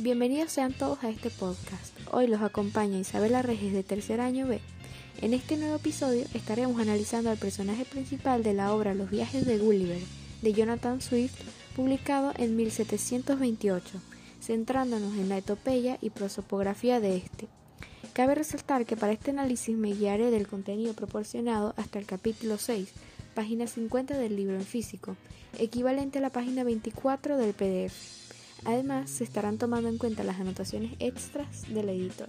Bienvenidos sean todos a este podcast. Hoy los acompaña Isabela Reyes de tercer año B. En este nuevo episodio estaremos analizando al personaje principal de la obra Los viajes de Gulliver, de Jonathan Swift, publicado en 1728, centrándonos en la epopeya y prosopografía de este. Cabe resaltar que para este análisis me guiaré del contenido proporcionado hasta el capítulo 6, página 50 del libro en físico, equivalente a la página 24 del PDF. Además, se estarán tomando en cuenta las anotaciones extras del editor.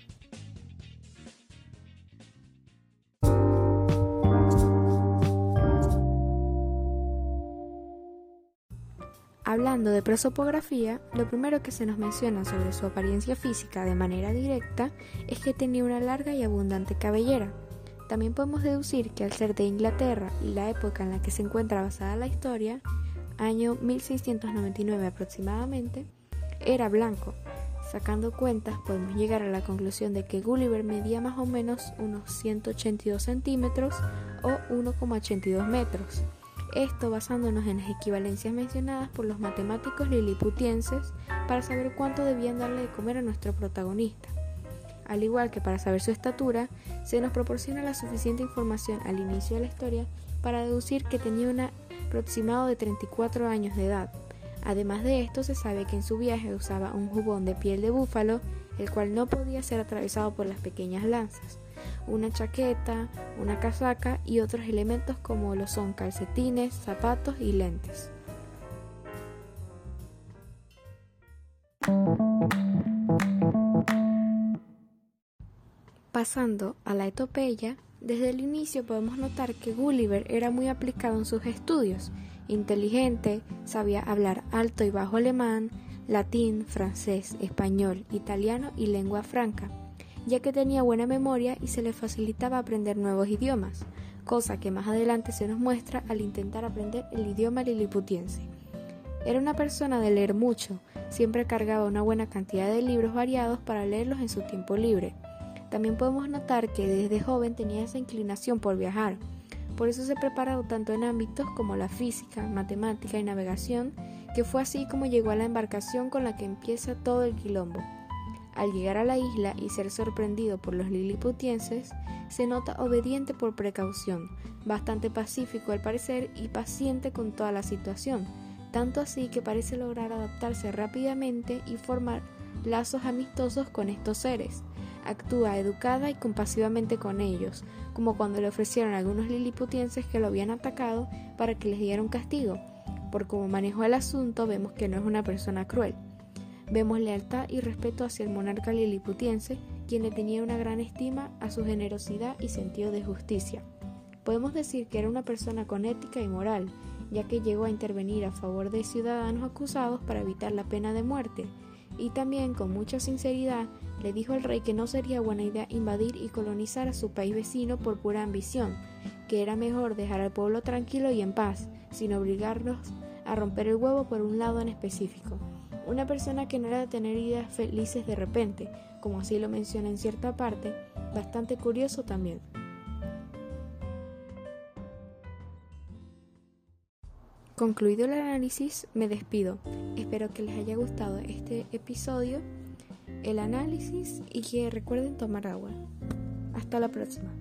Hablando de prosopografía, lo primero que se nos menciona sobre su apariencia física de manera directa es que tenía una larga y abundante cabellera. También podemos deducir que al ser de Inglaterra y la época en la que se encuentra basada la historia, año 1699 aproximadamente, era blanco. Sacando cuentas podemos llegar a la conclusión de que Gulliver medía más o menos unos 182 centímetros o 1,82 metros. Esto basándonos en las equivalencias mencionadas por los matemáticos liliputienses para saber cuánto debían darle de comer a nuestro protagonista. Al igual que para saber su estatura, se nos proporciona la suficiente información al inicio de la historia para deducir que tenía un aproximado de 34 años de edad. Además de esto, se sabe que en su viaje usaba un jubón de piel de búfalo, el cual no podía ser atravesado por las pequeñas lanzas, una chaqueta, una casaca y otros elementos como lo son calcetines, zapatos y lentes. Pasando a la epopeya, desde el inicio podemos notar que Gulliver era muy aplicado en sus estudios, inteligente, sabía hablar alto y bajo alemán, latín, francés, español, italiano y lengua franca, ya que tenía buena memoria y se le facilitaba aprender nuevos idiomas, cosa que más adelante se nos muestra al intentar aprender el idioma liliputiense. Era una persona de leer mucho, siempre cargaba una buena cantidad de libros variados para leerlos en su tiempo libre. También podemos notar que desde joven tenía esa inclinación por viajar, por eso se preparó tanto en ámbitos como la física, matemática y navegación, que fue así como llegó a la embarcación con la que empieza todo el quilombo. Al llegar a la isla y ser sorprendido por los liliputienses, se nota obediente por precaución, bastante pacífico al parecer y paciente con toda la situación, tanto así que parece lograr adaptarse rápidamente y formar lazos amistosos con estos seres. Actúa educada y compasivamente con ellos, como cuando le ofrecieron a algunos liliputienses que lo habían atacado para que les diera un castigo. Por cómo manejó el asunto vemos que no es una persona cruel. Vemos lealtad y respeto hacia el monarca liliputiense, quien le tenía una gran estima a su generosidad y sentido de justicia. Podemos decir que era una persona con ética y moral, ya que llegó a intervenir a favor de ciudadanos acusados para evitar la pena de muerte, y también con mucha sinceridad le dijo al rey que no sería buena idea invadir y colonizar a su país vecino por pura ambición, que era mejor dejar al pueblo tranquilo y en paz, sin obligarlos a romper el huevo por un lado en específico. Una persona que no era de tener ideas felices de repente, como así lo menciona en cierta parte, bastante curioso también. Concluido el análisis, me despido. Espero que les haya gustado este episodio, el análisis y que recuerden tomar agua. Hasta la próxima.